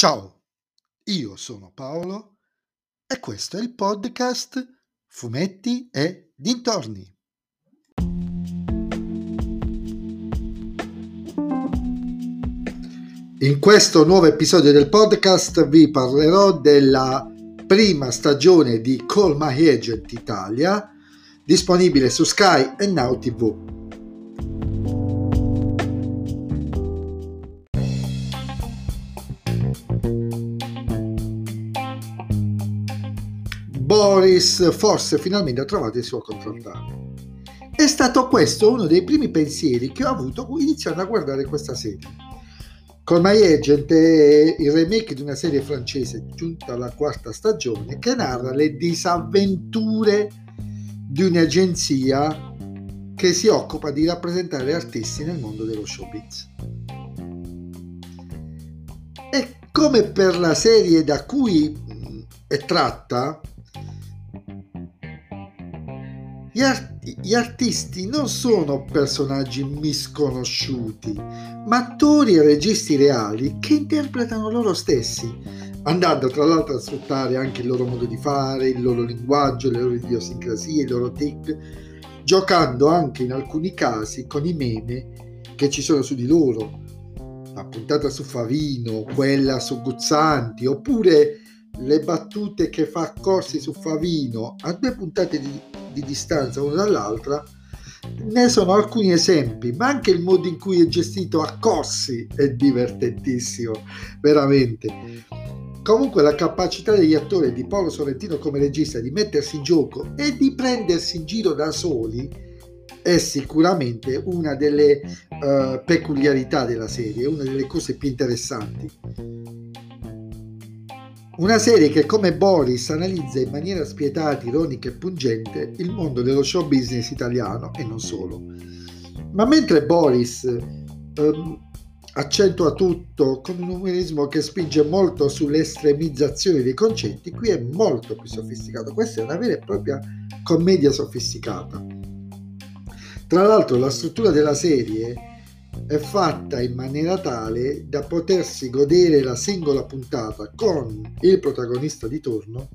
Ciao, io sono Paolo e questo è il podcast Fumetti e Dintorni. In questo nuovo episodio del podcast vi parlerò della prima stagione di Call My Agent Italia, disponibile su Sky e Now TV. Boris forse finalmente ha trovato il suo contraltare. È stato questo uno dei primi pensieri che ho avuto iniziando a guardare questa serie. Call My Agent è il remake di una serie francese giunta alla quarta stagione che narra le disavventure di un'agenzia che si occupa di rappresentare artisti nel mondo dello showbiz. E come per la serie da cui è tratta, gli artisti non sono personaggi misconosciuti, ma attori e registi reali che interpretano loro stessi, andando tra l'altro a sfruttare anche il loro modo di fare, il loro linguaggio, le loro idiosincrasie, i loro tic, giocando anche in alcuni casi con i meme che ci sono su di loro. La puntata su Favino, quella su Guzzanti, oppure le battute che fa Corsi su Favino a 2 puntate di distanza una dall'altra, ne sono alcuni esempi, ma anche il modo in cui è gestito a Corsi è divertentissimo, veramente. Comunque la capacità degli attori di Paolo Sorrentino come regista di mettersi in gioco e di prendersi in giro da soli è sicuramente una delle peculiarità della serie, una delle cose più interessanti. Una serie che come Boris analizza in maniera spietata, ironica e pungente il mondo dello show business italiano e non solo. Ma mentre Boris accentua tutto con un umorismo che spinge molto sull'estremizzazione dei concetti, qui è molto più sofisticato. Questa è una vera e propria commedia sofisticata. Tra l'altro la struttura della serie è fatta in maniera tale da potersi godere la singola puntata con il protagonista di turno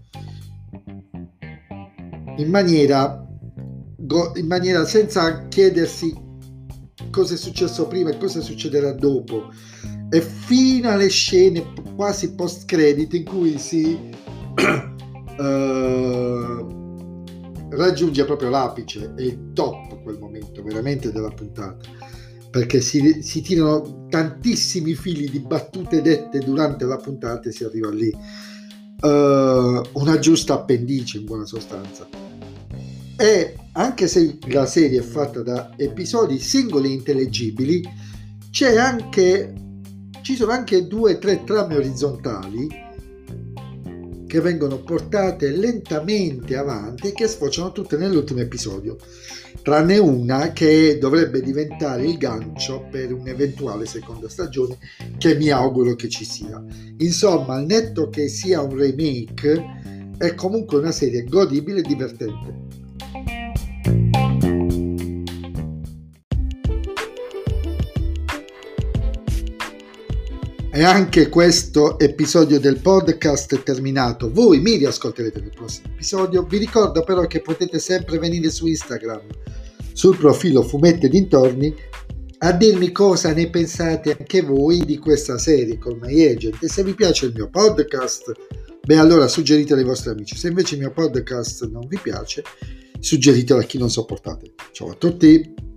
in maniera senza chiedersi cosa è successo prima e cosa succederà dopo, e fino alle scene quasi post credit in cui si raggiunge proprio l'apice e il top, quel momento veramente della puntata, perché si tirano tantissimi fili di battute dette durante la puntata e si arriva lì. Una giusta appendice in buona sostanza. E anche se la serie è fatta da episodi singoli e intellegibili, ci sono anche 2 o 3 trame orizzontali che vengono portate lentamente avanti e che sfociano tutte nell'ultimo episodio, tranne una che dovrebbe diventare il gancio per un'eventuale seconda stagione, che mi auguro che ci sia. Insomma, al netto che sia un remake, è comunque una serie godibile e divertente. E anche questo episodio del podcast è terminato. Voi mi riascolterete nel prossimo episodio. Vi ricordo però che potete sempre venire su Instagram, sul profilo Fumetti e Dintorni, a dirmi cosa ne pensate anche voi di questa serie Call My Agent. E se vi piace il mio podcast, allora suggeritelo ai vostri amici. Se invece il mio podcast non vi piace, suggeritelo a chi non sopportate. Ciao a tutti!